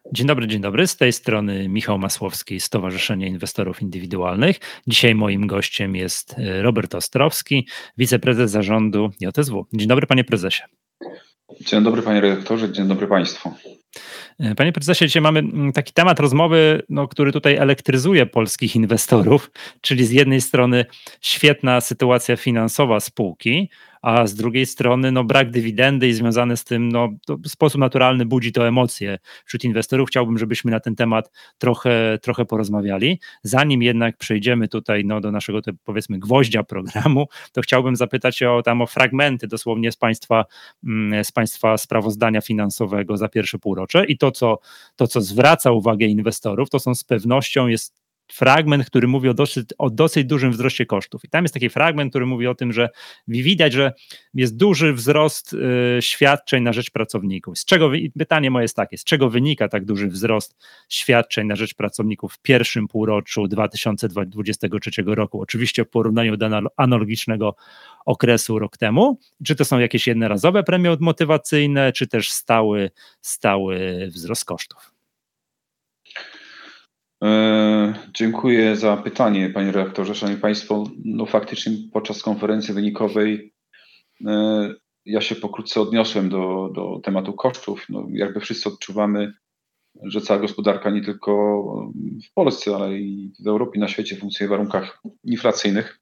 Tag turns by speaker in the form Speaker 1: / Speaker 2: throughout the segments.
Speaker 1: Dzień dobry. Z tej strony Michał Masłowski, Stowarzyszenie Inwestorów Indywidualnych. Dzisiaj moim gościem jest Robert Ostrowski, wiceprezes zarządu JSW. Dzień dobry, panie prezesie.
Speaker 2: Dzień dobry, panie redaktorze, dzień dobry państwu.
Speaker 1: Panie prezesie, dzisiaj mamy taki temat rozmowy, który tutaj elektryzuje polskich inwestorów, czyli z jednej strony świetna sytuacja finansowa spółki, a z drugiej strony brak dywidendy i związane z tym to w sposób naturalny budzi to emocje wśród inwestorów. Chciałbym, żebyśmy na ten temat trochę porozmawiali. Zanim jednak przejdziemy tutaj do naszego, powiedzmy, gwoździa programu, to chciałbym zapytać o fragmenty dosłownie z państwa sprawozdania finansowego za pierwsze półrocze i to, co zwraca uwagę inwestorów, to są z pewnością jest fragment, który mówi o dosyć dużym wzroście kosztów. I tam jest taki fragment, który mówi o tym, że widać, że jest duży wzrost świadczeń na rzecz pracowników. Pytanie moje jest takie, z czego wynika tak duży wzrost świadczeń na rzecz pracowników w pierwszym półroczu 2023 roku? Oczywiście w porównaniu do analogicznego okresu rok temu. Czy to są jakieś jednorazowe premie motywacyjne, czy też stały wzrost kosztów?
Speaker 2: Dziękuję za pytanie, panie redaktorze. Szanowni państwo, faktycznie podczas konferencji wynikowej ja się pokrótce odniosłem do tematu kosztów. Jakby wszyscy odczuwamy, że cała gospodarka nie tylko w Polsce, ale i w Europie, na świecie funkcjonuje w warunkach inflacyjnych.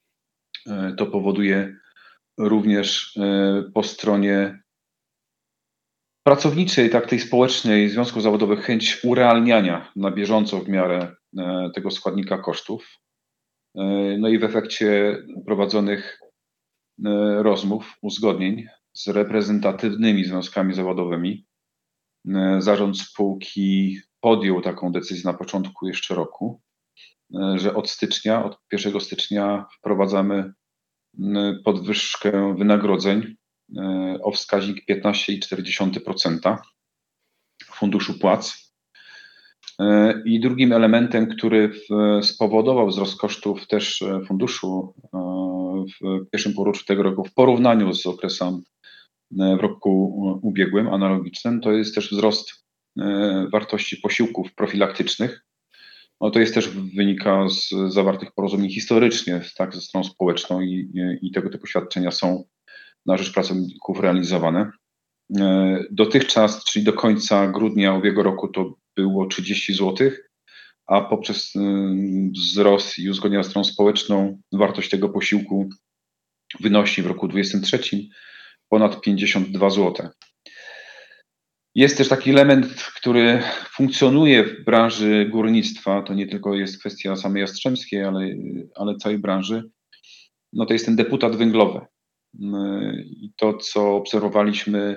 Speaker 2: To powoduje również po stronie pracowniczej, tak tej społecznej, związków zawodowych chęć urealniania na bieżąco w miarę tego składnika kosztów. I w efekcie prowadzonych rozmów, uzgodnień z reprezentatywnymi związkami zawodowymi, zarząd spółki podjął taką decyzję na początku jeszcze roku, że od 1 stycznia wprowadzamy podwyżkę wynagrodzeń o wskaźnik 15,4% funduszu płac. I drugim elementem, który spowodował wzrost kosztów też funduszu w pierwszym półroczu tego roku w porównaniu z okresem w roku ubiegłym, analogicznym, to jest też wzrost wartości posiłków profilaktycznych. To jest też wynika z zawartych porozumień historycznie, tak, ze stroną społeczną i tego typu świadczenia są na rzecz pracowników realizowane. Dotychczas, czyli do końca grudnia ubiegłego roku, to było 30 zł, a poprzez wzrost i uzgodnienia z stroną społeczną wartość tego posiłku wynosi w roku 2023 ponad 52 zł. Jest też taki element, który funkcjonuje w branży górnictwa, to nie tylko jest kwestia samej Jastrzębskiej, ale całej branży, to jest ten deputat węglowy. I to, co obserwowaliśmy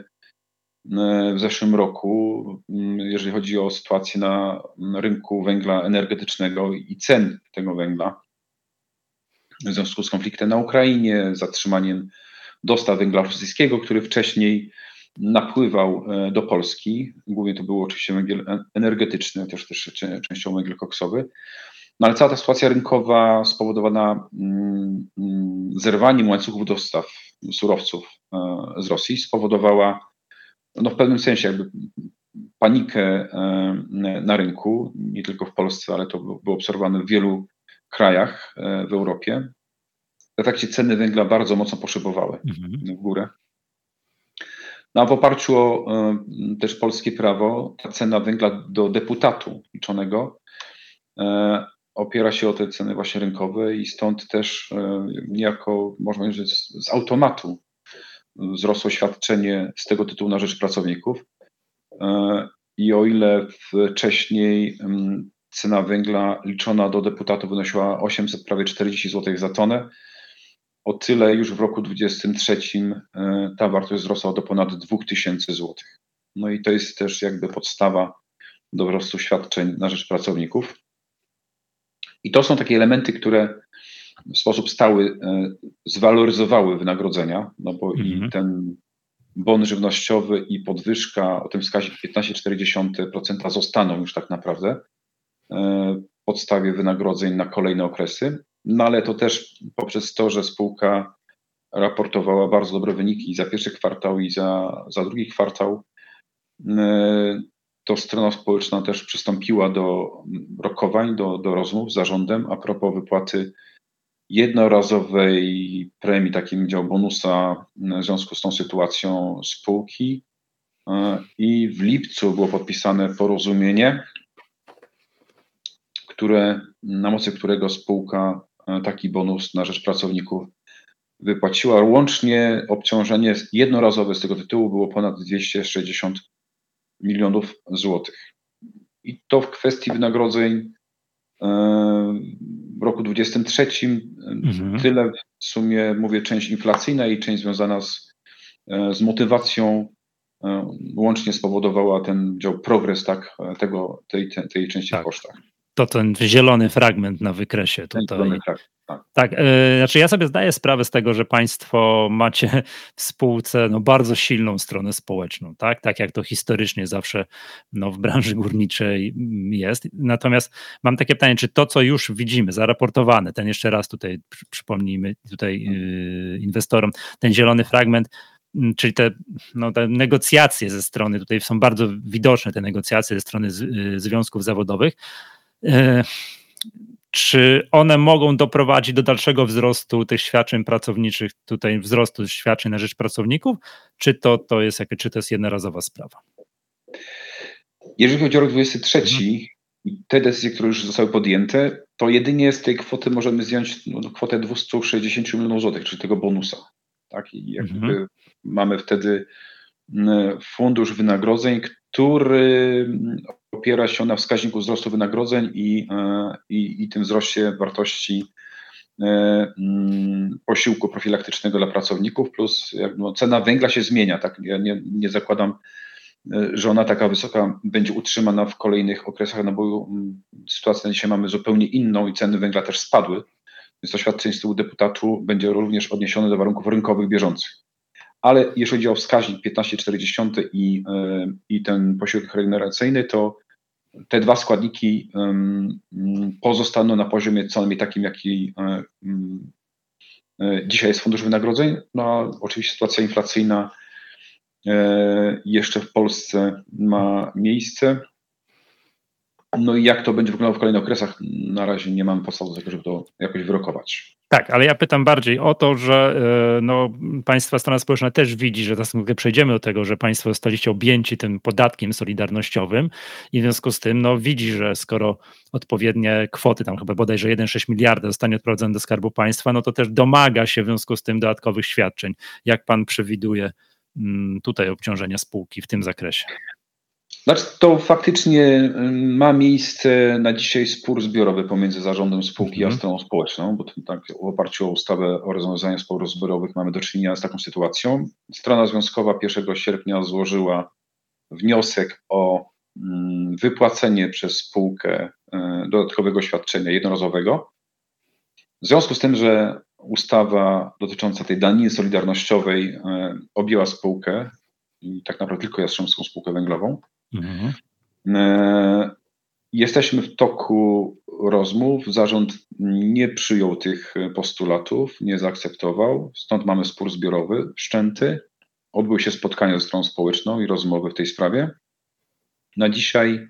Speaker 2: w zeszłym roku, jeżeli chodzi o sytuację na rynku węgla energetycznego i cen tego węgla, w związku z konfliktem na Ukrainie, zatrzymaniem dostaw węgla rosyjskiego, który wcześniej napływał do Polski, głównie to był oczywiście węgiel energetyczny, też częściowo węgiel koksowy, ale cała ta sytuacja rynkowa spowodowana zerwaniem łańcuchów dostaw surowców z Rosji spowodowała w pewnym sensie jakby panikę na rynku, nie tylko w Polsce, ale to było obserwowane w wielu krajach w Europie. W efekcie ceny węgla bardzo mocno poszybowały w górę. A w oparciu o też polskie prawo ta cena węgla do deputatu liczonego opiera się o te ceny właśnie rynkowe i stąd też niejako można powiedzieć, że z automatu wzrosło świadczenie z tego tytułu na rzecz pracowników. I o ile wcześniej cena węgla liczona do deputatu wynosiła 800, prawie 40 zł za tonę, o tyle już w roku 2023 ta wartość wzrosła do ponad 2000 zł. I to jest też jakby podstawa do wzrostu świadczeń na rzecz pracowników. I to są takie elementy, które w sposób stały zwaloryzowały wynagrodzenia, bo i ten bon żywnościowy i podwyżka o tym wskaźniku 15,4% zostaną już tak naprawdę w podstawie wynagrodzeń na kolejne okresy. Ale to też poprzez to, że spółka raportowała bardzo dobre wyniki za pierwszy kwartał i za drugi kwartał, to strona społeczna też przystąpiła do rokowań, do rozmów z zarządem a propos wypłaty jednorazowej premii, takim dział bonusa w związku z tą sytuacją spółki. I w lipcu było podpisane porozumienie, na mocy którego spółka taki bonus na rzecz pracowników wypłaciła. Łącznie obciążenie jednorazowe z tego tytułu było ponad 260 milionów złotych. I to w kwestii wynagrodzeń w roku 2023 tyle w sumie, mówię, część inflacyjna i część związana z motywacją łącznie spowodowała ten dział progres, tak, tej części w kosztach.
Speaker 1: To ten zielony fragment na wykresie tutaj. Tak, znaczy ja sobie zdaję sprawę z tego, że państwo macie w spółce bardzo silną stronę społeczną, tak jak to historycznie zawsze w branży górniczej jest. Natomiast mam takie pytanie, czy to, co już widzimy, zaraportowane, ten jeszcze raz tutaj przypomnijmy inwestorom, ten zielony fragment, czyli te negocjacje ze strony, tutaj są bardzo widoczne te negocjacje ze strony związków zawodowych, czy one mogą doprowadzić do dalszego wzrostu tych świadczeń pracowniczych, tutaj wzrostu świadczeń na rzecz pracowników, czy to jest jednorazowa sprawa?
Speaker 2: Jeżeli chodzi o rok 2023 i te decyzje, które już zostały podjęte, to jedynie z tej kwoty możemy zdjąć kwotę 260 milionów złotych, czyli tego bonusa. Tak? I jakby mamy wtedy fundusz wynagrodzeń, który opiera się na wskaźniku wzrostu wynagrodzeń i tym wzroście wartości posiłku profilaktycznego dla pracowników, plus cena węgla się zmienia. Tak? Ja nie zakładam, że ona taka wysoka będzie utrzymana w kolejnych okresach, bo sytuację na dzisiaj mamy zupełnie inną i ceny węgla też spadły, więc to świadczenie z tytułu deputatu będzie również odniesione do warunków rynkowych bieżących. Ale jeżeli chodzi o wskaźnik 15,4 i ten posiłek regeneracyjny, to te dwa składniki pozostaną na poziomie co najmniej takim, jaki dzisiaj jest fundusz wynagrodzeń. Oczywiście sytuacja inflacyjna jeszcze w Polsce ma miejsce. I jak to będzie wyglądało w kolejnych okresach, na razie nie mamy podstaw do tego, żeby to jakoś wyrokować.
Speaker 1: Tak, ale ja pytam bardziej o to, że państwa strona społeczna też widzi, że przejdziemy do tego, że państwo zostaliście objęci tym podatkiem solidarnościowym i w związku z tym widzi, że skoro odpowiednie kwoty, tam chyba bodajże 1,6 miliarda zostanie odprowadzone do Skarbu Państwa, to też domaga się w związku z tym dodatkowych świadczeń. Jak pan przewiduje tutaj obciążenia spółki w tym zakresie?
Speaker 2: Znaczy, to faktycznie ma miejsce na dzisiaj spór zbiorowy pomiędzy zarządem spółki a stroną społeczną, bo tak w oparciu o ustawę o rozwiązaniu sporów zbiorowych mamy do czynienia z taką sytuacją. Strona związkowa 1 sierpnia złożyła wniosek o wypłacenie przez spółkę dodatkowego świadczenia jednorazowego. W związku z tym, że ustawa dotycząca tej daniny solidarnościowej objęła spółkę i tak naprawdę tylko Jastrzębską Spółkę Węglową, jesteśmy w toku rozmów. Zarząd nie przyjął tych postulatów, nie zaakceptował, stąd mamy spór zbiorowy wszczęty. Odbyły się spotkania ze stroną społeczną i rozmowy w tej sprawie. Na dzisiaj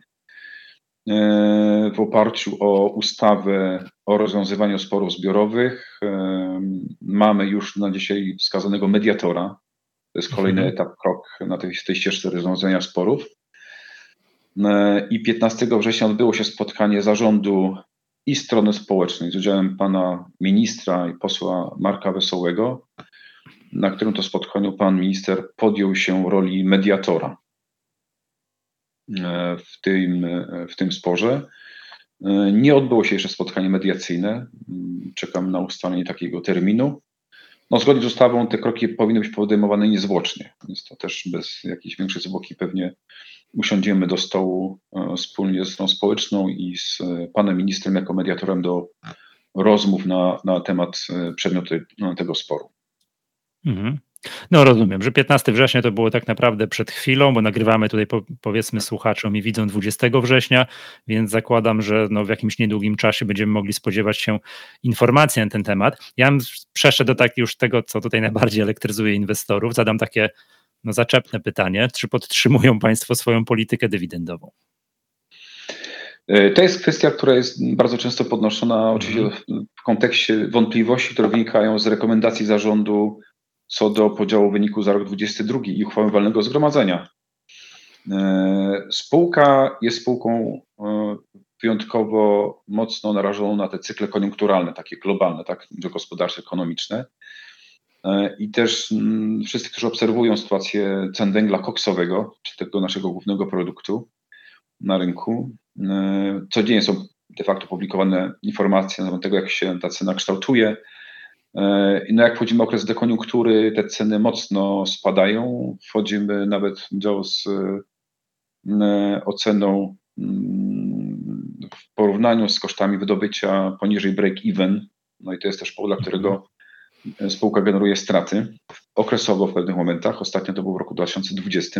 Speaker 2: w oparciu o ustawę o rozwiązywaniu sporów zbiorowych mamy już na dzisiaj wskazanego mediatora. To jest kolejny etap, krok na tej ścieżce rozwiązania sporów. I 15 września odbyło się spotkanie zarządu i strony społecznej z udziałem pana ministra i posła Marka Wesołego, na którym to spotkaniu pan minister podjął się roli mediatora w tym sporze. Nie odbyło się jeszcze spotkanie mediacyjne. Czekam na ustalenie takiego terminu. Zgodnie z ustawą te kroki powinny być podejmowane niezwłocznie, więc to też bez jakiejś większej zwłoki pewnie usiądziemy do stołu wspólnie ze stroną społeczną i z panem ministrem jako mediatorem do rozmów na temat przedmiotu tego sporu.
Speaker 1: Rozumiem, że 15 września to było tak naprawdę przed chwilą, bo nagrywamy tutaj, powiedzmy słuchaczom i widzom 20 września, więc zakładam, że w jakimś niedługim czasie będziemy mogli spodziewać się informacji na ten temat. Ja bym przeszedł do już tego, co tutaj najbardziej elektryzuje inwestorów. Zadam takie zaczepne pytanie, czy podtrzymują Państwo swoją politykę dywidendową?
Speaker 2: To jest kwestia, która jest bardzo często podnoszona oczywiście w kontekście wątpliwości, które wynikają z rekomendacji zarządu co do podziału wyniku za rok 2022 i uchwały walnego zgromadzenia. Spółka jest spółką wyjątkowo mocno narażoną na te cykle koniunkturalne, takie globalne, tak, gospodarcze, ekonomiczne. I też wszyscy, którzy obserwują sytuację cen węgla koksowego, czy tego naszego głównego produktu na rynku, codziennie są de facto publikowane informacje na temat tego, jak się ta cena kształtuje. No jak wchodzimy w okres dekoniunktury, te ceny mocno spadają. Wchodzimy nawet z oceną w porównaniu z kosztami wydobycia poniżej break-even. No i to jest też powód, dla którego spółka generuje straty okresowo w pewnych momentach. Ostatnio to było w roku 2020.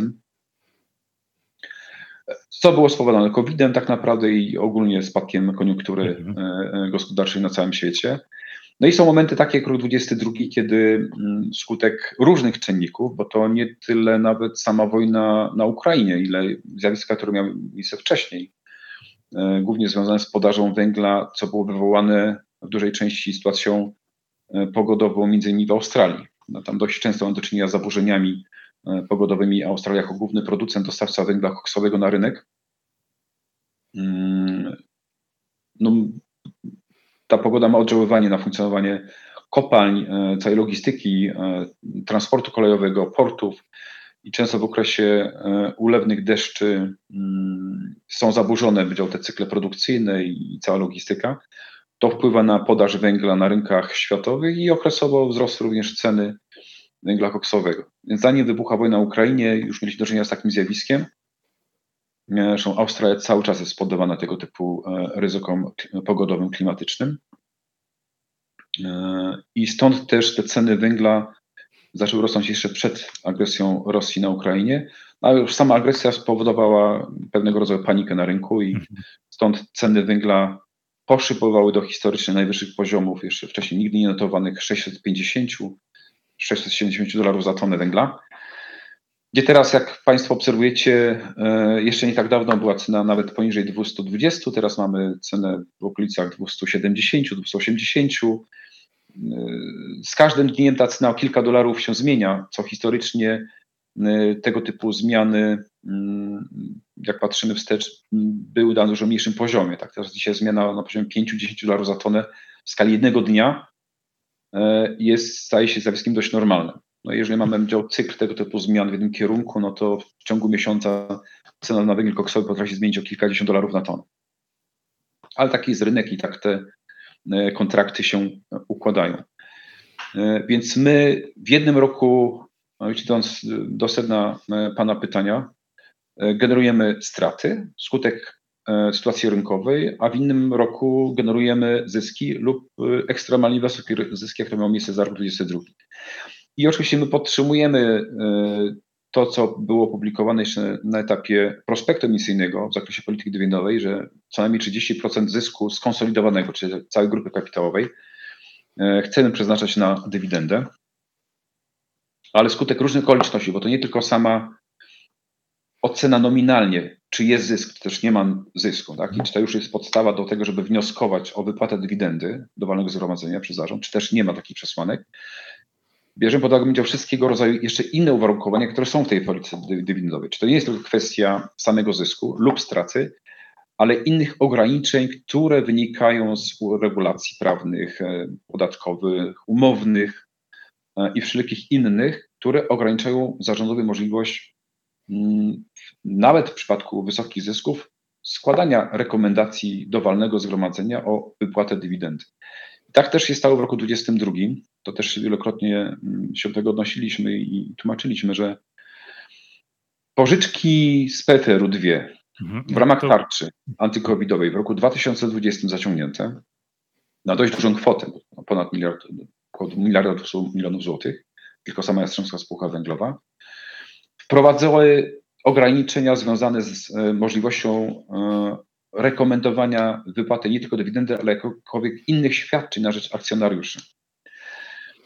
Speaker 2: Co było spowodowane COVID-em tak naprawdę i ogólnie spadkiem koniunktury gospodarczej na całym świecie. No i są momenty takie jak rok 2022, kiedy skutek różnych czynników, bo to nie tyle nawet sama wojna na Ukrainie, ile zjawiska, które miały miejsce wcześniej, głównie związane z podażą węgla, co było wywołane w dużej części sytuacją pogodową między innymi w Australii. No tam dość często mamy do czynienia z zaburzeniami pogodowymi. Australia jako główny producent, dostawca węgla koksowego na rynek. No, ta pogoda ma oddziaływanie na funkcjonowanie kopalń, całej logistyki, transportu kolejowego, portów i często w okresie ulewnych deszczy są zaburzone te cykle produkcyjne i cała logistyka. To wpływa na podaż węgla na rynkach światowych i okresowo wzrosły również ceny węgla koksowego. Więc zanim wybucha wojna na Ukrainie, już mieliśmy do czynienia z takim zjawiskiem. Zresztą Australia cały czas jest poddawana tego typu ryzykom pogodowym, klimatycznym. I stąd też te ceny węgla zaczęły rosnąć jeszcze przed agresją Rosji na Ukrainie, ale już sama agresja spowodowała pewnego rodzaju panikę na rynku i stąd ceny węgla poszybowały do historycznie najwyższych poziomów, jeszcze wcześniej nigdy nie notowanych $670 za tonę węgla. Gdzie teraz, jak Państwo obserwujecie, jeszcze nie tak dawno była cena nawet poniżej 220, teraz mamy cenę w okolicach 270, 280. Z każdym dniem ta cena o kilka dolarów się zmienia, co historycznie tego typu zmiany, jak patrzymy wstecz, były na dużo mniejszym poziomie. Tak? Teraz dzisiaj zmiana na poziomie $5-10 za tonę w skali jednego dnia staje się zjawiskiem dość normalnym. No jeżeli mamy cykl tego typu zmian w jednym kierunku, no to w ciągu miesiąca cena na węgiel koksowy potrafi zmienić o kilkadziesiąt dolarów na tonę. Ale taki jest rynek i tak te kontrakty się układają. Więc my w jednym roku, idąc do sedna Pana pytania, generujemy straty wskutek sytuacji rynkowej, a w innym roku generujemy zyski lub ekstremalnie wysokie zyski, jak to miało miejsce za rok 2022. I oczywiście my podtrzymujemy to, co było publikowane jeszcze na etapie prospektu emisyjnego w zakresie polityki dywidendowej, że co najmniej 30% zysku skonsolidowanego, czyli całej grupy kapitałowej, chcemy przeznaczać na dywidendę, ale skutek różnych okoliczności, bo to nie tylko sama ocena nominalnie, czy jest zysk, czy też nie ma zysku, tak? I czy to już jest podstawa do tego, żeby wnioskować o wypłatę dywidendy do walnego zgromadzenia przez zarząd, czy też nie ma takich przesłanek. Bierzemy pod uwagę wszystkiego rodzaju jeszcze inne uwarunkowania, które są w tej polityce dywidendowej. Czy to nie jest tylko kwestia samego zysku lub straty, ale innych ograniczeń, które wynikają z regulacji prawnych, podatkowych, umownych i wszelkich innych, które ograniczają zarządowi możliwość, nawet w przypadku wysokich zysków, składania rekomendacji do walnego zgromadzenia o wypłatę dywidendy. I tak też się stało w roku 2022. To też wielokrotnie się do tego odnosiliśmy i tłumaczyliśmy, że pożyczki z PFR-u 2 w ramach tarczy antykowidowej w roku 2020 zaciągnięte na dość dużą kwotę, ponad około 1 200 milionów złotych, tylko sama Jastrzębska Spółka Węglowa, wprowadzały ograniczenia związane z możliwością rekomendowania wypłaty nie tylko dywidendy, ale jakichkolwiek innych świadczeń na rzecz akcjonariuszy.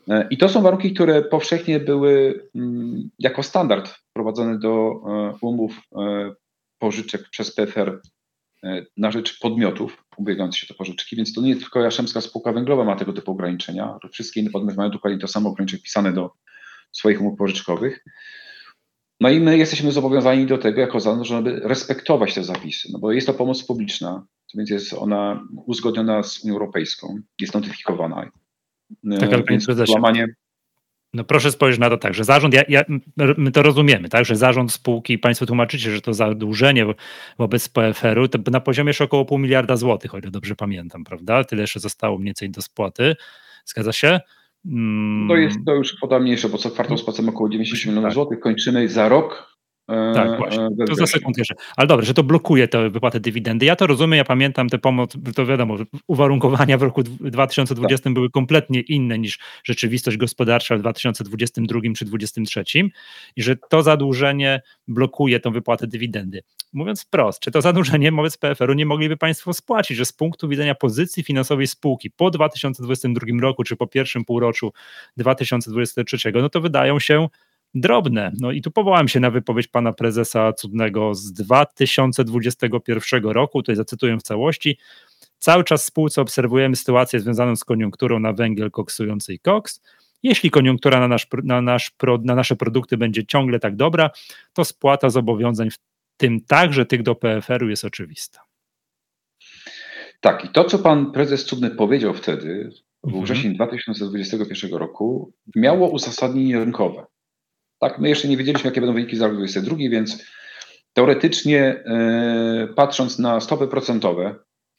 Speaker 2: I to są warunki, które powszechnie były jako standard wprowadzone do umów pożyczek przez PFR na rzecz podmiotów ubiegających się o pożyczki, więc to nie tylko Jastrzębska Spółka Węglowa ma tego typu ograniczenia, wszystkie inne podmioty mają dokładnie to samo ograniczenie wpisane do swoich umów pożyczkowych. No i my jesteśmy zobowiązani do tego jako zarząd, żeby respektować te zapisy, no bo jest to pomoc publiczna, więc jest ona uzgodniona z Unią Europejską, jest notyfikowana.
Speaker 1: Tak, ale panie prezesie, no proszę spojrzeć na to tak, że zarząd, my to rozumiemy, tak, że zarząd spółki, państwo tłumaczycie, że to zadłużenie wobec PFR-u to na poziomie jeszcze około 0,5 miliarda złotych, o ile dobrze pamiętam, prawda? Tyle jeszcze zostało mniej więcej do spłaty. Zgadza się?
Speaker 2: To jest to już kwota mniejsza, bo co kwartał spłacamy około 90 milionów złotych, kończymy za rok.
Speaker 1: Tak, właśnie. To za sekund jeszcze. Ale dobrze, że to blokuje tę wypłatę dywidendy. Ja to rozumiem, ja pamiętam tę pomoc, to wiadomo, uwarunkowania w roku 2020 były kompletnie inne niż rzeczywistość gospodarcza w 2022 czy 2023 i że to zadłużenie blokuje tą wypłatę dywidendy. Mówiąc wprost, czy to zadłużenie wobec PFR-u nie mogliby państwo spłacić, że z punktu widzenia pozycji finansowej spółki po 2022 roku, czy po pierwszym półroczu 2023, no to wydają się drobne. No i tu powołałem się na wypowiedź pana prezesa Cudnego z 2021 roku, tutaj zacytuję w całości. Cały czas w spółce obserwujemy sytuację związaną z koniunkturą na węgiel koksujący i koks. Jeśli koniunktura na nasze produkty będzie ciągle tak dobra, to spłata zobowiązań, w tym także tych do PFR-u, jest oczywista.
Speaker 2: Tak, i to, co pan prezes Cudny powiedział wtedy, w wrześniu 2021 roku, miało uzasadnienie rynkowe. Tak, my jeszcze nie wiedzieliśmy, jakie będą wyniki za rok 2022, więc teoretycznie patrząc na stopy procentowe,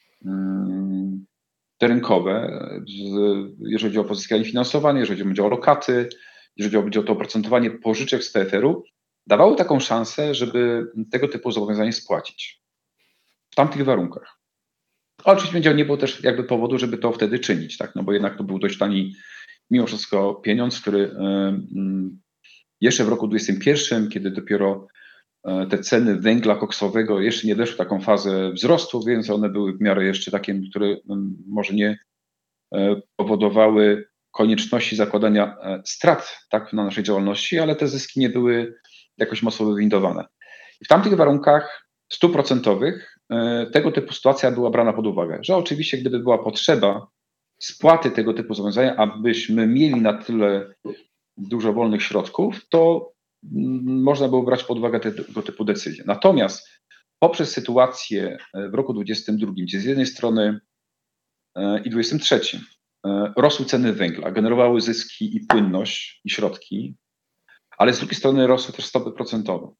Speaker 2: te rynkowe, jeżeli chodzi o pozyskanie finansowania, jeżeli chodzi o lokaty, jeżeli chodzi o to oprocentowanie pożyczek z PFR-u, dawały taką szansę, żeby tego typu zobowiązanie spłacić w tamtych warunkach. Ale oczywiście nie było też jakby powodu, żeby to wtedy czynić, tak? No bo jednak to był dość tani mimo wszystko pieniądz, który jeszcze w roku 2021, kiedy dopiero te ceny węgla koksowego jeszcze nie weszły w taką fazę wzrostu, więc one były w miarę jeszcze takie, które może nie powodowały konieczności zakładania strat, tak, na naszej działalności, ale te zyski nie były jakoś mocno wywindowane. I w tamtych warunkach 100% tego typu sytuacja była brana pod uwagę, że oczywiście gdyby była potrzeba spłaty tego typu zobowiązania, abyśmy mieli na tyle dużo wolnych środków, to można było brać pod uwagę tego typu decyzje. Natomiast poprzez sytuację w roku 2022, gdzie z jednej strony i 2023 rosły ceny węgla, generowały zyski i płynność i środki, ale z drugiej strony rosły też stopy procentowe.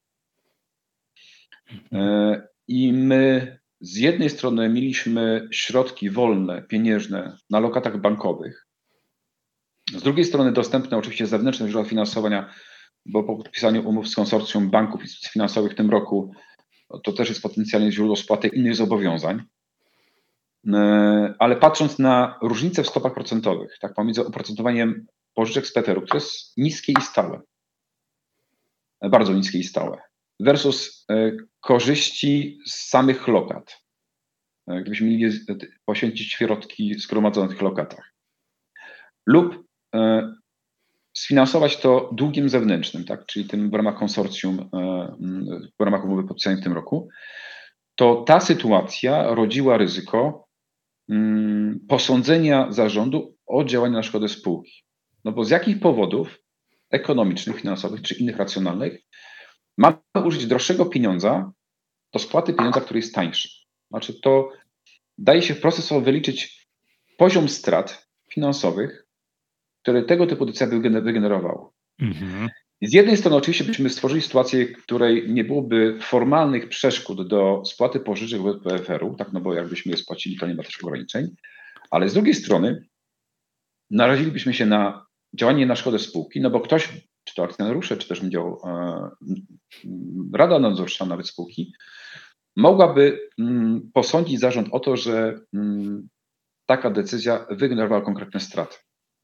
Speaker 2: I my z jednej strony mieliśmy środki wolne, pieniężne na lokatach bankowych, z drugiej strony dostępne oczywiście zewnętrzne źródła finansowania, bo po podpisaniu umów z konsorcjum banków i instytucji finansowych w tym roku to też jest potencjalnie źródło spłaty innych zobowiązań. Ale patrząc na różnice w stopach procentowych, tak pomiędzy oprocentowaniem pożyczek z PFR-u, które jest niskie i stałe, bardzo niskie i stałe, versus korzyści z samych lokat, gdybyśmy mieli poświęcić środki zgromadzone w tych lokatach, lub sfinansować to długiem zewnętrznym, tak, czyli tym w ramach konsorcjum, w ramach umowy podpisanej w tym roku, to ta sytuacja rodziła ryzyko posądzenia zarządu o działanie na szkodę spółki. No bo z jakich powodów ekonomicznych, finansowych czy innych racjonalnych mamy użyć droższego pieniądza do spłaty pieniądza, który jest tańszy? Znaczy to daje się w prosty sposób wyliczyć poziom strat finansowych, które tego typu decyzja by wygenerowały. Z jednej strony oczywiście byśmy stworzyli sytuację, w której nie byłoby formalnych przeszkód do spłaty pożyczek wobec PFR-u, tak, no bo jakbyśmy je spłacili, to nie ma też ograniczeń, ale z drugiej strony narazilibyśmy się na działanie na szkodę spółki, no bo ktoś, czy to akcjonariusze, czy też Rada Nadzorcza nawet spółki, mogłaby posądzić zarząd o to, że taka decyzja wygenerowała konkretne straty.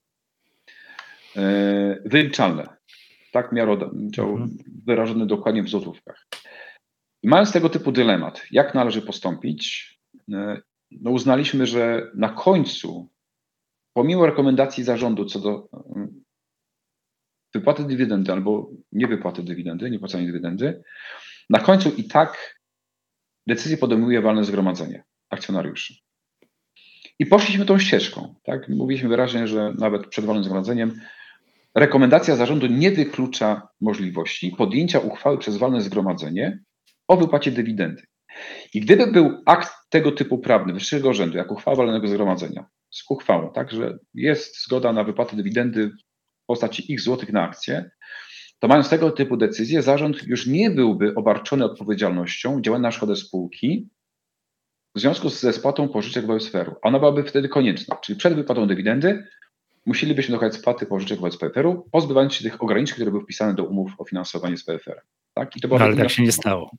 Speaker 2: Wyliczalne, tak, wyrażone dokładnie w złotówkach. I mając tego typu dylemat, jak należy postąpić, no uznaliśmy, że na końcu pomimo rekomendacji zarządu co do wypłaty dywidendy albo niewypłaty dywidendy, niepłacenia dywidendy, na końcu i tak decyzję podejmuje walne zgromadzenie akcjonariuszy. I poszliśmy tą ścieżką. Tak? Mówiliśmy wyraźnie, że nawet przed walnym zgromadzeniem rekomendacja zarządu nie wyklucza możliwości podjęcia uchwały przez walne zgromadzenie o wypłacie dywidendy. I gdyby był akt tego typu prawny, wyższego rzędu, jak uchwała walnego zgromadzenia, z uchwałą, tak, że jest zgoda na wypłatę dywidendy w postaci x złotych na akcję, to mając tego typu decyzję, zarząd już nie byłby obarczony odpowiedzialnością działania na szkodę spółki w związku ze spłatą pożyczek wobec PFR-u. Ona byłaby wtedy konieczna, czyli przed wypłatą dywidendy musielibyśmy dokonać spłaty pożyczek wobec PFR-u, pozbywając się tych ograniczeń, które były wpisane do umów o finansowanie z PFR-em. Tak? I to
Speaker 1: ale tak się nie stało.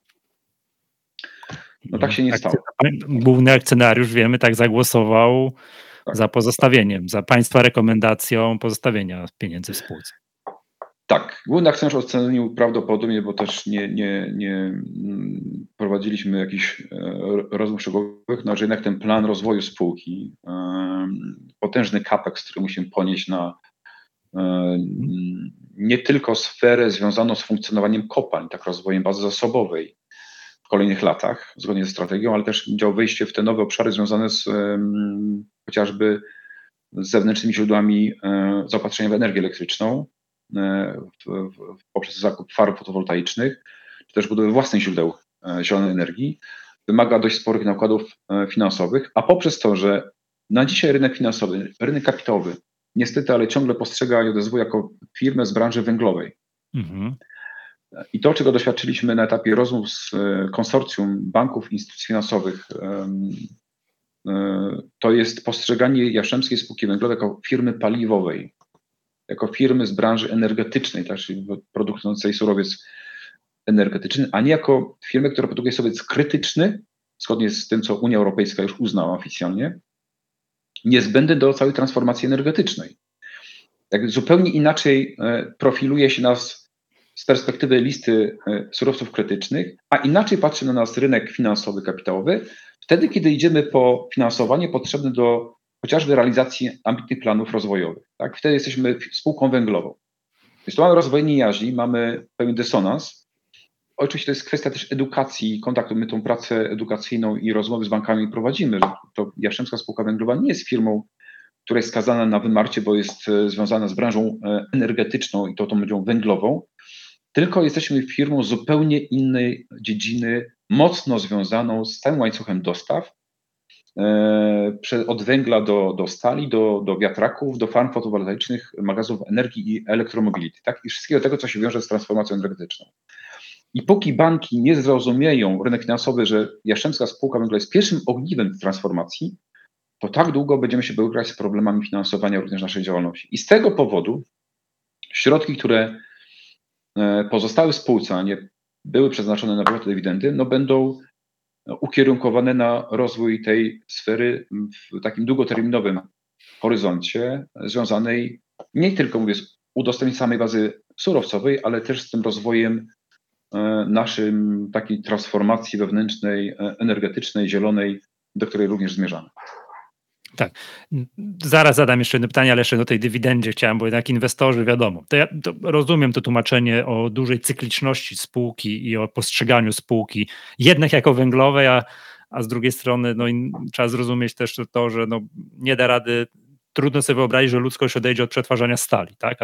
Speaker 2: No tak się nie stało.
Speaker 1: Główny akcjonariusz, wiemy, tak zagłosował za pozostawieniem, za państwa rekomendacją pozostawienia pieniędzy w spółce.
Speaker 2: Tak, główny akcjonariusz ocenił prawdopodobnie, bo też nie prowadziliśmy jakichś rozmów szczegółowych, no, że jednak ten plan rozwoju spółki, potężny capex, który musimy ponieść na nie tylko sferę związaną z funkcjonowaniem kopalń, tak rozwojem bazy zasobowej w kolejnych latach, zgodnie ze strategią, ale też dział wejście w te nowe obszary związane z chociażby z zewnętrznymi źródłami zaopatrzenia w energię elektryczną, poprzez zakup farm fotowoltaicznych, czy też budowy własnych źródeł zielonej energii, wymaga dość sporych nakładów finansowych, a poprzez to, że na dzisiaj rynek finansowy, rynek kapitałowy, niestety, ale ciągle postrzega JSW jako firmę z branży węglowej. Mhm. I to, czego doświadczyliśmy na etapie rozmów z konsorcjum banków i instytucji finansowych, to jest postrzeganie Jastrzębskiej Spółki Węglowej jako firmy paliwowej, jako firmy z branży energetycznej, tak, czyli produkującej surowiec energetyczny, a nie jako firmy, która produkuje surowiec krytyczny, zgodnie z tym, co Unia Europejska już uznała oficjalnie, niezbędny do całej transformacji energetycznej. Tak zupełnie inaczej profiluje się nas z perspektywy listy surowców krytycznych, a inaczej patrzy na nas rynek finansowy, kapitałowy, wtedy, kiedy idziemy po finansowanie potrzebne do chociażby realizacji ambitnych planów rozwojowych. Tak? Wtedy jesteśmy spółką węglową. Więc tu mamy rozdwojenie jaźni, mamy pewien dysonans. Oczywiście to jest kwestia też edukacji, kontaktu. My tą pracę edukacyjną i rozmowy z bankami prowadzimy. To Jastrzębska Spółka Węglowa nie jest firmą, która jest skazana na wymarcie, bo jest związana z branżą energetyczną i tą branżą węglową, tylko jesteśmy firmą zupełnie innej dziedziny, mocno związaną z całym łańcuchem dostaw, od węgla do stali, do wiatraków, do farm fotowoltaicznych, magazynów energii i elektromobility, tak? I wszystkiego tego, co się wiąże z transformacją energetyczną. I póki banki nie zrozumieją, rynek finansowy, że Jastrzębska Spółka Węglowa jest pierwszym ogniwem transformacji, to tak długo będziemy się borykać z problemami finansowania również naszej działalności. I z tego powodu środki, które pozostały w spółce, a nie były przeznaczone na wypłatę dywidendy, no będą ukierunkowane na rozwój tej sfery w takim długoterminowym horyzoncie, związanej nie tylko, mówię, z udostępnieniem samej bazy surowcowej, ale też z tym rozwojem naszym takiej transformacji wewnętrznej, energetycznej, zielonej, do której również zmierzamy.
Speaker 1: Tak. Zaraz zadam jeszcze jedno pytanie, ale jeszcze do tej dywidendzie chciałem, bo jednak inwestorzy, wiadomo. To rozumiem to tłumaczenie o dużej cykliczności spółki i o postrzeganiu spółki jednak jako węglowej, a z drugiej strony no, trzeba zrozumieć też to, że no, nie da rady, trudno sobie wyobrazić, że ludzkość odejdzie od przetwarzania stali, tak?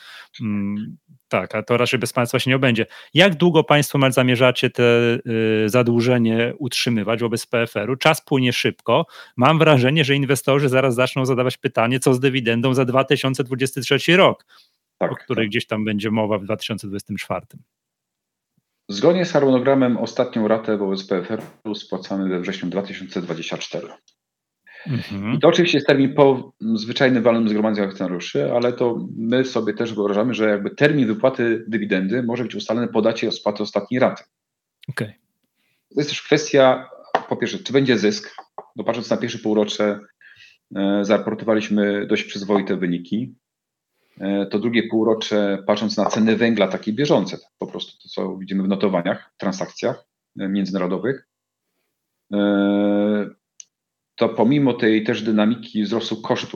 Speaker 1: A to raczej bez państwa się nie obędzie. Jak długo państwo zamierzacie te zadłużenie utrzymywać wobec PFR-u? Czas płynie szybko. Mam wrażenie, że inwestorzy zaraz zaczną zadawać pytanie, co z dywidendą za 2023 rok, o której gdzieś tam będzie mowa w 2024.
Speaker 2: Zgodnie z harmonogramem ostatnią ratę wobec PFR-u spłacamy we wrześniu 2024. I to oczywiście jest termin po zwyczajnym walnym zgromadzeniu akcjonariuszy, ale to my sobie też wyobrażamy, że jakby termin wypłaty dywidendy może być ustalony po dacie spłaty ostatniej raty.
Speaker 1: Okay.
Speaker 2: To jest też kwestia, po pierwsze, czy będzie zysk, bo patrząc na pierwsze półrocze zaraportowaliśmy dość przyzwoite wyniki. To drugie półrocze, patrząc na ceny węgla takie bieżące, po prostu to, co widzimy w notowaniach, transakcjach międzynarodowych, to pomimo tej też dynamiki wzrostu kosztów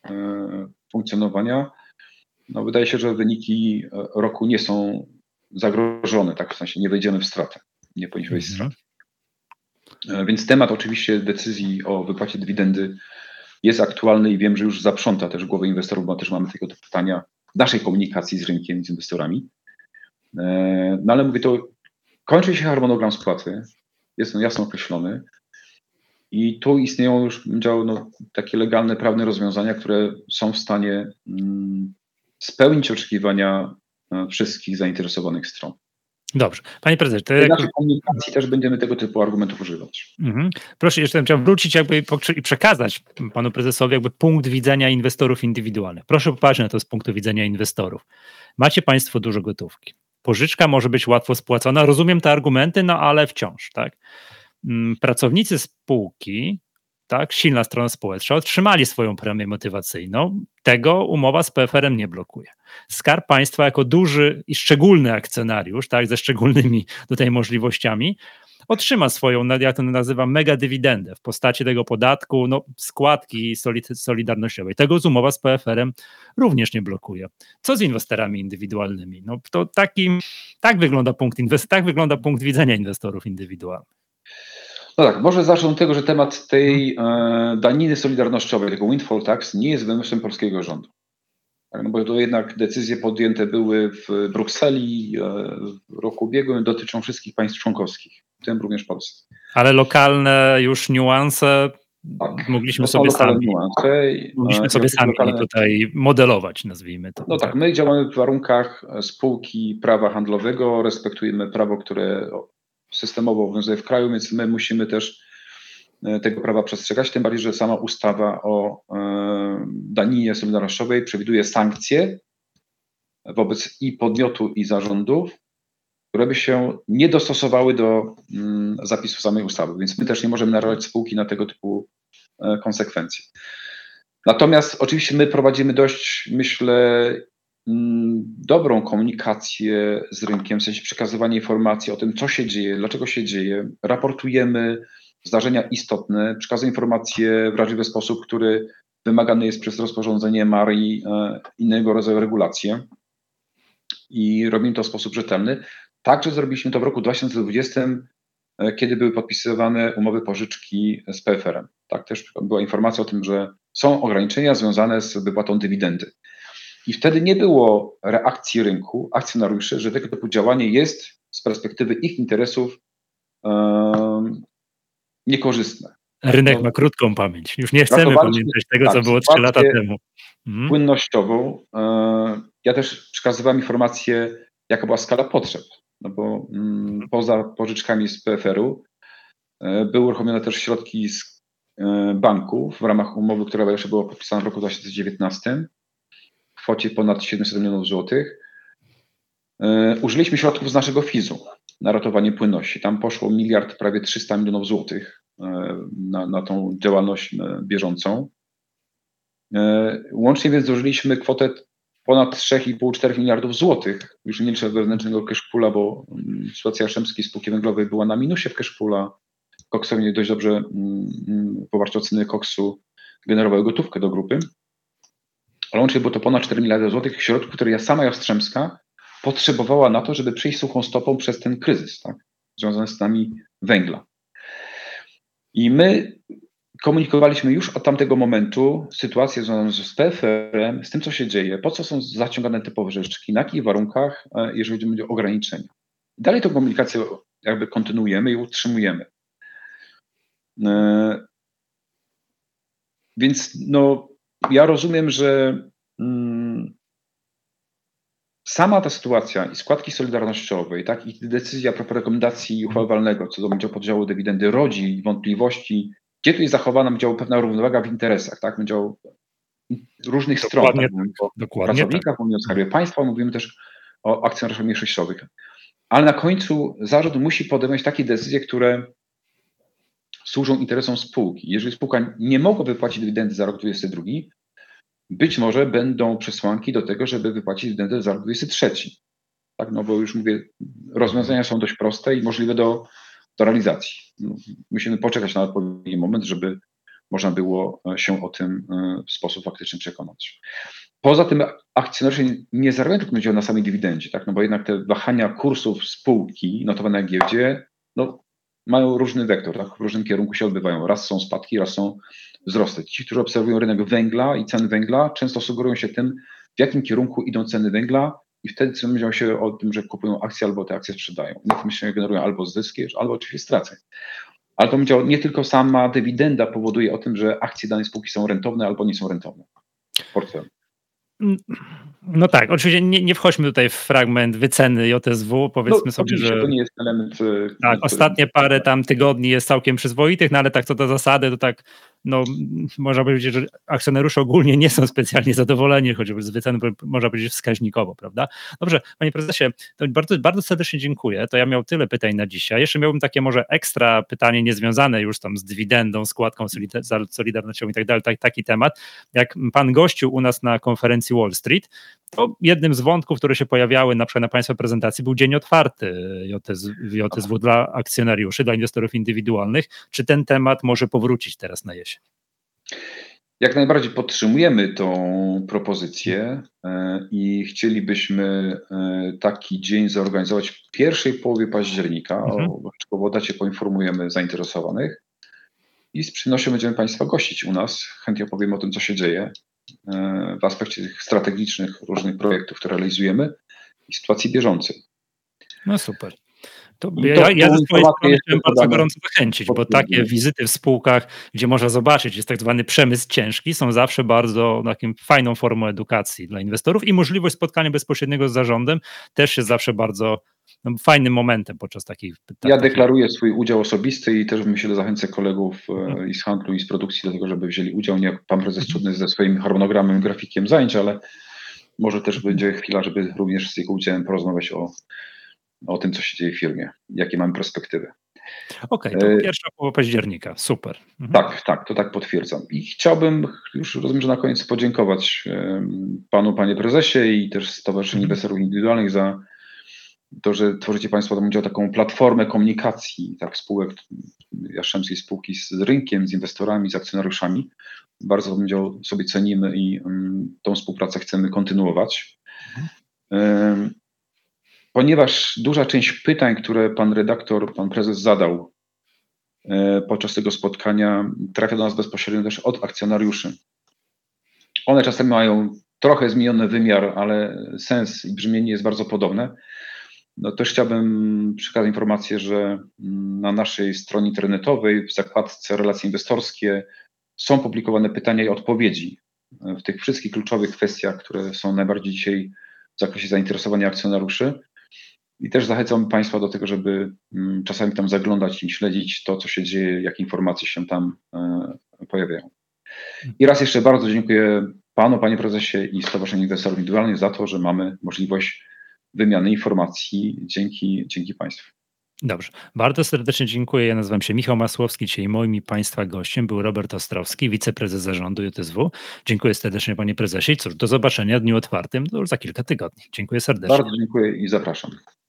Speaker 2: funkcjonowania, no wydaje się, że wyniki roku nie są zagrożone, tak, w sensie nie wejdziemy w stratę, nie powinniśmy wejść w stratę. Więc temat oczywiście decyzji o wypłacie dywidendy jest aktualny i wiem, że już zaprząta też głowę inwestorów, bo też mamy tego typu pytania w naszej komunikacji z rynkiem, z inwestorami. No ale mówię, to kończy się harmonogram spłaty, jest on jasno określony i tu istnieją już takie legalne, prawne rozwiązania, które są w stanie spełnić oczekiwania wszystkich zainteresowanych stron.
Speaker 1: Dobrze. Panie prezesie, to
Speaker 2: w naszej komunikacji też będziemy tego typu argumentów używać.
Speaker 1: Proszę, jeszcze chciałem wrócić i przekazać panu prezesowi punkt widzenia inwestorów indywidualnych. Proszę popatrzeć na to z punktu widzenia inwestorów. Macie państwo dużo gotówki. Pożyczka może być łatwo spłacona. Rozumiem te argumenty, no ale wciąż, tak? Pracownicy spółki, tak, silna strona społeczna, otrzymali swoją premię motywacyjną. Tego umowa z PFR-em nie blokuje. Skarb Państwa jako duży i szczególny akcjonariusz, tak, ze szczególnymi tutaj możliwościami, otrzyma swoją, jak to nazywam, mega dywidendę w postaci tego podatku, składki solidarnościowej. Tego umowa z PFR-em również nie blokuje. Co z inwestorami indywidualnymi? To tak wygląda punkt widzenia inwestorów indywidualnych.
Speaker 2: No tak, może zacznę od tego, że temat tej daniny solidarnościowej, tego windfall tax, nie jest wymysłem polskiego rządu. Tak, no bo to jednak decyzje podjęte były w Brukseli w roku ubiegłym, dotyczą wszystkich państw członkowskich, w tym również Polski.
Speaker 1: Ale lokalne już niuanse mogliśmy sobie sami tutaj modelować, nazwijmy to.
Speaker 2: No tak, my działamy w warunkach spółki prawa handlowego, respektujemy prawo, które systemowo obowiązuje w kraju, więc my musimy też tego prawa przestrzegać, tym bardziej, że sama ustawa o daninie solidarnościowej przewiduje sankcje wobec i podmiotu, i zarządów, które by się nie dostosowały do zapisów samej ustawy, więc my też nie możemy narażać spółki na tego typu konsekwencje. Natomiast oczywiście my prowadzimy dość, myślę, dobrą komunikację z rynkiem, w sensie przekazywania informacji o tym, co się dzieje, dlaczego się dzieje, raportujemy zdarzenia istotne, przekazujemy informacje w wrażliwy sposób, który wymagany jest przez rozporządzenie MAR i innego rodzaju regulacje i robimy to w sposób rzetelny. Także zrobiliśmy to w roku 2020, kiedy były podpisywane umowy pożyczki z PFR-em. Tak, też była informacja o tym, że są ograniczenia związane z wypłatą dywidendy. I wtedy nie było reakcji rynku, akcjonariuszy, że tego typu działanie jest z perspektywy ich interesów niekorzystne.
Speaker 1: Rynek ma krótką pamięć. Już nie chcemy pamiętać tego, co było 3 lata temu.
Speaker 2: Płynnościową. Ja też przekazywałem informację, jaka była skala potrzeb, no bo poza pożyczkami z PFR-u były uruchomione też środki z banków w ramach umowy, która jeszcze była podpisana w roku 2019 w kwocie ponad 700 milionów złotych. Użyliśmy środków z naszego FIZ-u na ratowanie płynności. Tam poszło prawie 300 milionów złotych na tą działalność bieżącą. Łącznie więc zużyliśmy kwotę ponad 3,5-4 miliardów złotych. Już nie liczę wewnętrznego cashpoola, bo sytuacja Jastrzębskiej Spółki Węglowej była na minusie w cashpoola. Koksowi dość dobrze w oparciu o ceny koksu generowały gotówkę do grupy. Ale łącznie było to ponad 4 miliardy złotych środków, które sama Jastrzębska potrzebowała na to, żeby przejść suchą stopą przez ten kryzys, tak, związany z cenami węgla. I my komunikowaliśmy już od tamtego momentu sytuację związaną z PFR-em, z tym, co się dzieje, po co są zaciągane te pożyczki, na jakich warunkach, jeżeli chodzi o ograniczenia. Dalej tę komunikację kontynuujemy i utrzymujemy. Więc ja rozumiem, że sama ta sytuacja i składki solidarnościowej, tak, i decyzja a propos rekomendacji uchwały walnego co do podziału dywidendy rodzi wątpliwości, gdzie tu jest zachowana pewna równowaga w interesach, tak, różnych stron.
Speaker 1: Dokładnie
Speaker 2: pracownikach, mówimy o Skarbie Państwa, mówimy też o akcjonariuszach mniejszościowych. Ale na końcu zarząd musi podejmować takie decyzje, które służą interesom spółki. Jeżeli spółka nie mogła wypłacić dywidendy za rok 2022, być może będą przesłanki do tego, żeby wypłacić dywidendę za rok 2023. Tak, bo już mówię, rozwiązania są dość proste i możliwe do realizacji. Musimy poczekać na odpowiedni moment, żeby można było się o tym w sposób faktyczny przekonać. Poza tym akcjonariusze nie zarabiają tylko na samej dywidendzie, tak? No bo jednak te wahania kursów spółki notowane na giełdzie mają różny wektor, tak? W różnym kierunku się odbywają. Raz są spadki, raz są wzrosty. Ci, którzy obserwują rynek węgla i ceny węgla, często sugerują się tym, w jakim kierunku idą ceny węgla i wtedy myślą się o tym, że kupują akcje albo te akcje sprzedają. I na tym się generują albo zyski, albo oczywiście straty. Ale to nie tylko sama dywidenda powoduje o tym, że akcje danej spółki są rentowne albo nie są rentowne w portfelu.
Speaker 1: No tak, oczywiście nie wchodźmy tutaj w fragment wyceny JSW, powiedzmy sobie, że
Speaker 2: to nie jest element...
Speaker 1: Tak, ostatnie parę tam tygodni jest całkiem przyzwoitych, no ale tak co do zasady, to tak, można powiedzieć, że akcjonariusze ogólnie nie są specjalnie zadowoleni, chociażby z wyceny, można powiedzieć wskaźnikowo, prawda? Dobrze, panie prezesie, to bardzo, bardzo serdecznie dziękuję, to ja miał tyle pytań na dzisiaj, jeszcze miałbym takie może ekstra pytanie niezwiązane już tam z dywidendą, składką solidarnościową i tak dalej, taki temat, jak pan gościł u nas na konferencji Wall Street, to jednym z wątków, które się pojawiały na przykład na państwa prezentacji był dzień otwarty JSW dla akcjonariuszy, dla inwestorów indywidualnych. Czy ten temat może powrócić teraz na jesień?
Speaker 2: Jak najbardziej podtrzymujemy tą propozycję i chcielibyśmy taki dzień zorganizować w pierwszej połowie października. O dacie poinformujemy zainteresowanych i z przyjemnością będziemy Państwa gościć u nas. Chętnie opowiemy o tym, co się dzieje w aspekcie tych strategicznych różnych projektów, które realizujemy i sytuacji bieżącej.
Speaker 1: No super. Ja ze swojej strony chciałem bardzo gorąco zachęcić, bo takie wizyty w spółkach, gdzie można zobaczyć, jest tak zwany przemysł ciężki, są zawsze bardzo taką fajną formą edukacji dla inwestorów i możliwość spotkania bezpośredniego z zarządem też jest zawsze bardzo fajnym momentem podczas takich...
Speaker 2: Ja deklaruję swój udział osobisty i też myślę, zachęcę kolegów i z handlu, i z produkcji do tego, żeby wzięli udział. Nie, pan prezes Cudny ze swoim harmonogramem, grafikiem zajęć, ale może też będzie chwila, żeby również z jego udziałem porozmawiać o tym, co się dzieje w firmie, jakie mamy perspektywy.
Speaker 1: Okej, to pierwsza połowa października, super.
Speaker 2: Tak, to tak potwierdzam. I chciałbym już, rozumiem, że na koniec podziękować panu, panie prezesie i też Stowarzyszeniu Inwestorów Indywidualnych za to, że tworzycie Państwo taką platformę komunikacji, tak, spółek, Jastrzębskiej spółki z rynkiem, z inwestorami, z akcjonariuszami. Bardzo to sobie cenimy i tą współpracę chcemy kontynuować. Ponieważ duża część pytań, które pan redaktor, pan prezes zadał podczas tego spotkania, trafia do nas bezpośrednio też od akcjonariuszy. One czasem mają trochę zmieniony wymiar, ale sens i brzmienie jest bardzo podobne. Też chciałbym przekazać informację, że na naszej stronie internetowej w zakładce Relacje Inwestorskie są publikowane pytania i odpowiedzi w tych wszystkich kluczowych kwestiach, które są najbardziej dzisiaj w zakresie zainteresowania akcjonariuszy. I też zachęcam Państwa do tego, żeby czasami tam zaglądać i śledzić to, co się dzieje, jakie informacje się tam pojawiają. I raz jeszcze bardzo dziękuję panu, panie prezesie i Stowarzyszeniu Inwestorów Indywidualnych za to, że mamy możliwość wymiany informacji dzięki Państwu.
Speaker 1: Dobrze, bardzo serdecznie dziękuję. Ja nazywam się Michał Masłowski, dzisiaj moim i Państwa gościem był Robert Ostrowski, wiceprezes zarządu JSW. Dziękuję serdecznie panie prezesie i cóż, do zobaczenia w dniu otwartym już za kilka tygodni. Dziękuję serdecznie.
Speaker 2: Bardzo dziękuję i zapraszam.